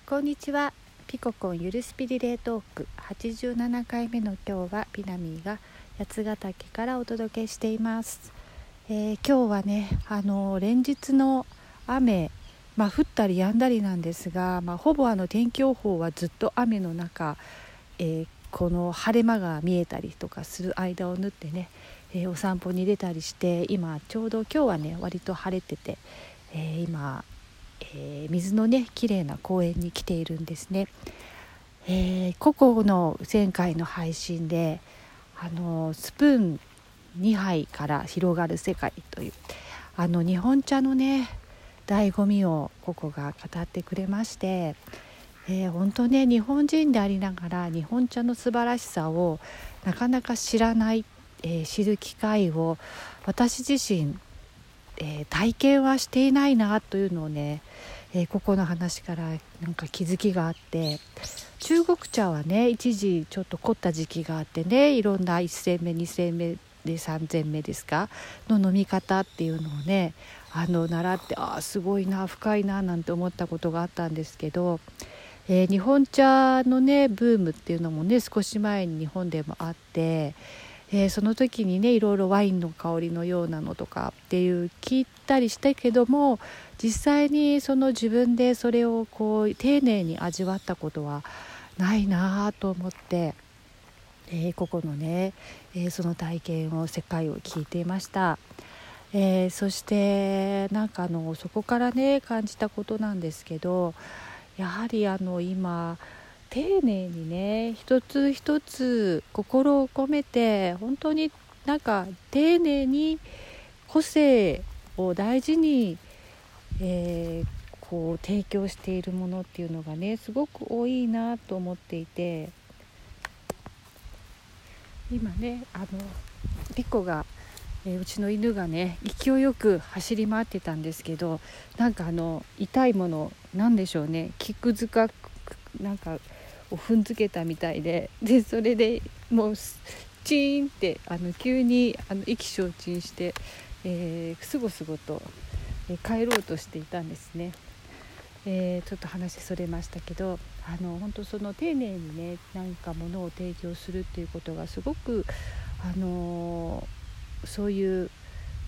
こんにちは。ピココンゆるスピリレートーク87回目の今日はピナミーが八ヶ岳からお届けしています。今日はね連日の雨、降ったり止んだりなんですが、ほぼ天気予報はずっと雨の中、この晴れ間が見えたりとかする間を縫ってね、お散歩に出たりして、今ちょうど今日はね割と晴れてて、今水のね綺麗な公園に来ているんですね。ココの前回の配信でスプーン2杯から広がる世界という日本茶のね醍醐味をココが語ってくれまして、本当ね日本人でありながら日本茶の素晴らしさをなかなか知らない、知る機会を私自身体験はしていないなというのをね、ここの話からなんか気づきがあって、中国茶はね一時ちょっと凝った時期があってね、いろんな1煎目2煎目で3煎目ですかの飲み方っていうのをね習って、すごいな深いななんて思ったことがあったんですけど、日本茶のねブームっていうのもね少し前に日本でもあって、その時にねいろいろワインの香りのようなのとかっていう聞いたりしたけども、実際にその自分でそれをこう丁寧に味わったことはないなと思って、ここのね、その体験を世界を聞いていました。そしてなんかそこからね感じたことなんですけど、やはり今丁寧にね一つ一つ心を込めて本当になんか丁寧に個性を大事に、こう提供しているものっていうのがねすごく多いなと思っていて、今ねピコが、うちの犬がね勢いよく走り回ってたんですけど、なんか痛いものなんでしょうね、キック塚なんかを踏んづけたみたいで、それでもうチーンって急に意気消沈して、すごすごと、帰ろうとしていたんですね。ちょっと話それましたけど、本当その丁寧にね何かものを提供するっていうことがすごくそういう、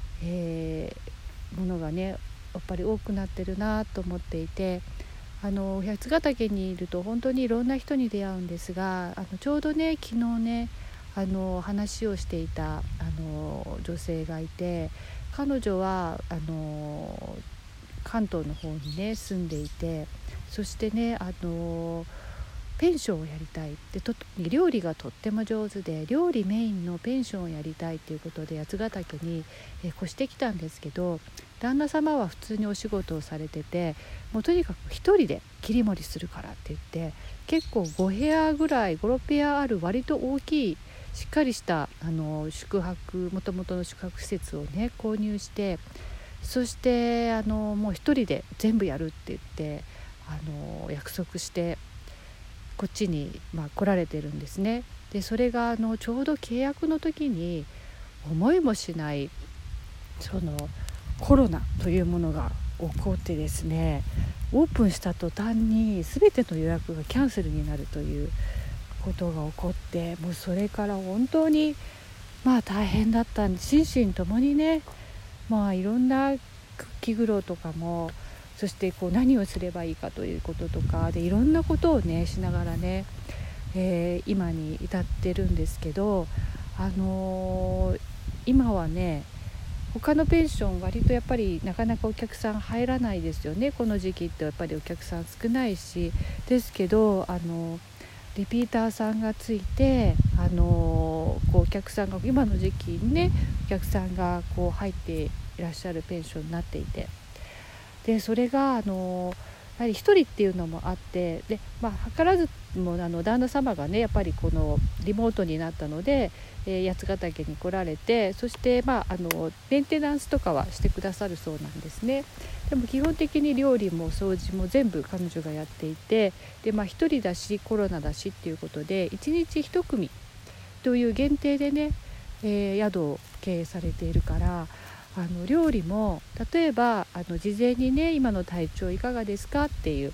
ものがねやっぱり多くなってるなと思っていて、八ヶ岳にいると本当にいろんな人に出会うんですが、ちょうどね昨日ね話をしていた女性がいて、彼女は関東の方にね住んでいて、そしてねペンションをやりたいで、料理がとっても上手で料理メインのペンションをやりたいということで八ヶ岳に越してきたんですけど、旦那様は普通にお仕事をされてて、もうとにかく一人で切り盛りするからって言って結構5部屋ぐらい56部屋ある割と大きいしっかりした宿泊元々の宿泊施設をね購入して、そしてもう一人で全部やるって言って約束してこっちに、来られてるんですね。でそれがちょうど契約の時に思いもしないそのコロナというものが起こってですね、オープンした途端に全ての予約がキャンセルになるということが起こって、もうそれから本当に大変だったんで、心身ともにねいろんな気苦労とかも、そして何をすればいいかということとかでいろんなことをねしながらね、今に至ってるんですけど、今はね他のペンション割とやっぱりなかなかお客さん入らないですよね。この時期ってやっぱりお客さん少ないし、ですけどリピーターさんがついてお客さんが今の時期にねお客さんが入っていらっしゃるペンションになっていて、でそれがやはり一人っていうのもあって、で図らずも旦那様がねやっぱりこのリモートになったので、八ヶ岳に来られて、そしてメンテナンスとかはしてくださるそうなんですね。でも基本的に料理も掃除も全部彼女がやっていて、で一人だしコロナだしっていうことで1日1組という限定でね、宿を経営されているから、料理も例えば事前にね今の体調いかがですかっていう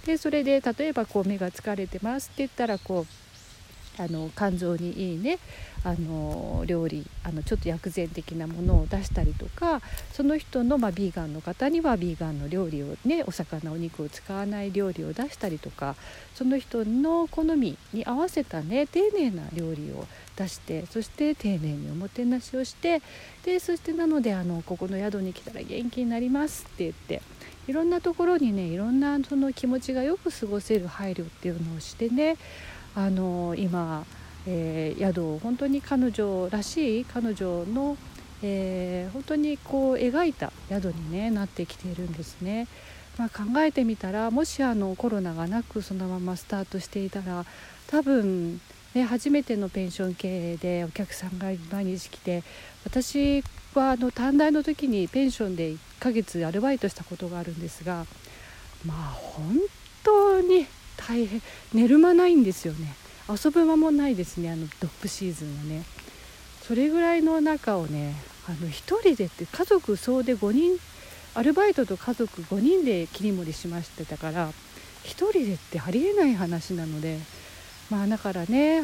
でそれで例えば目が疲れてますって言ったら肝臓にいいね料理ちょっと薬膳的なものを出したりとか、その人の、ビーガンの方にはビーガンの料理をね、お魚お肉を使わない料理を出したりとか、その人の好みに合わせたね丁寧な料理を出して、そして丁寧におもてなしをして、でそしてなのでここの宿に来たら元気になりますって言って、いろんなところにねいろんなその気持ちがよく過ごせる配慮っていうのをしてね、今、宿を本当に彼女らしい彼女の、本当に描いた宿に、ね、なってきているんですね。考えてみたら、もしコロナがなくそのままスタートしていたら、多分、ね、初めてのペンション経営でお客さんが毎日来て、私は短大の時にペンションで1ヶ月アルバイトしたことがあるんですが、本当に大変、寝る間ないんですよね。遊ぶ間もないですね、ドッグシーズンはね。それぐらいの中をね一人でって家族総で5人、アルバイトと家族5人で切り盛りしましてたから、一人でってありえない話なので、だからね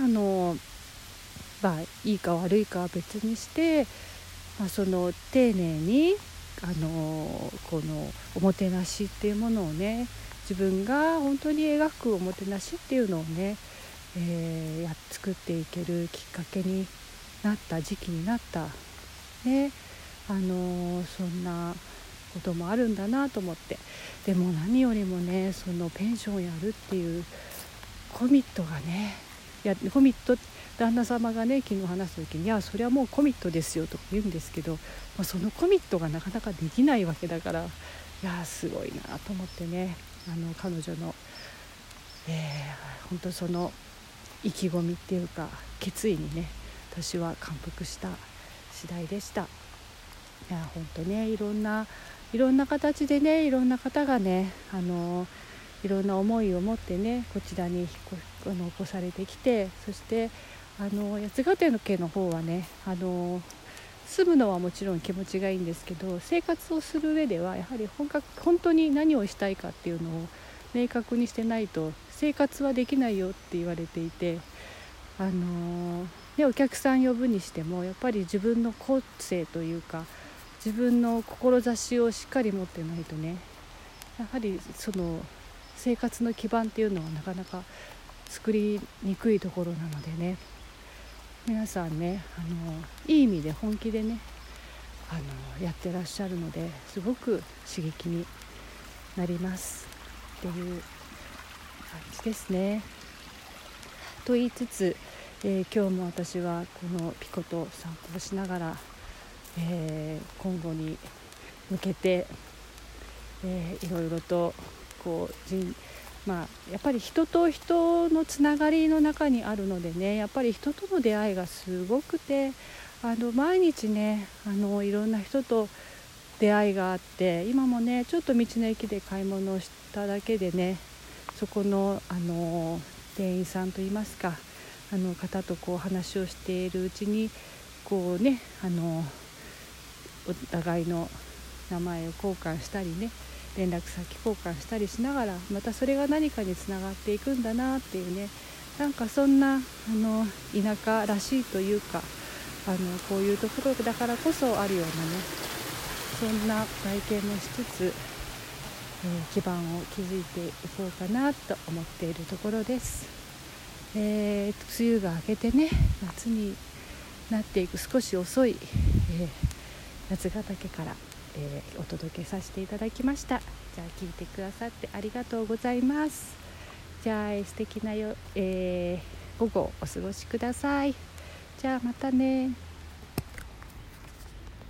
いいか悪いかは別にして、その丁寧にこのおもてなしっていうものをね、自分が本当に描くおもてなしっていうのをね、作っていけるきっかけになった時期になったね、そんなこともあるんだなと思って。でも何よりもね、そのペンションをやるっていうコミットがね、コミット、旦那様がね昨日話す時に、それはもうコミットですよとか言うんですけど、そのコミットがなかなかできないわけだから、すごいなと思ってね、彼女の、本当その意気込みっていうか決意にね、私は感服した次第でした。本当ね、いろんな形でね、いろんな方がねいろんな思いを持ってねこちらに起こされてきて、そして八ヶ岳の方はね住むのはもちろん気持ちがいいんですけど、生活をする上ではやはり本当に何をしたいかっていうのを明確にしてないと生活はできないよって言われていて、お客さん呼ぶにしてもやっぱり自分の個性というか自分の志をしっかり持ってないとね、やはりその生活の基盤っていうのはなかなか作りにくいところなのでね、皆さんねいい意味で本気でねやってらっしゃるので、すごく刺激になりますっていう感じですね。と言いつつ、今日も私はこのピコと散歩しながら、今後に向けて、いろいろとやっぱり人と人のつながりの中にあるのでね、やっぱり人との出会いがすごくて、毎日ねいろんな人と出会いがあって、今もねちょっと道の駅で買い物をしただけでね、そこの店員さんといいますか方と話をしているうちにお互いの名前を交換したりね、連絡先交換したりしながら、またそれが何かにつながっていくんだなっていうね、そんな田舎らしいというかこういうところだからこそあるようなね、そんな体験もしつつ、基盤を築いていこうかなと思っているところです。梅雨が明けてね、夏になっていく少し遅い、八ヶ岳から、お届けさせていただきました。じゃあ聞いてくださってありがとうございます。じゃあ素敵な午後お過ごしください。じゃあまたね。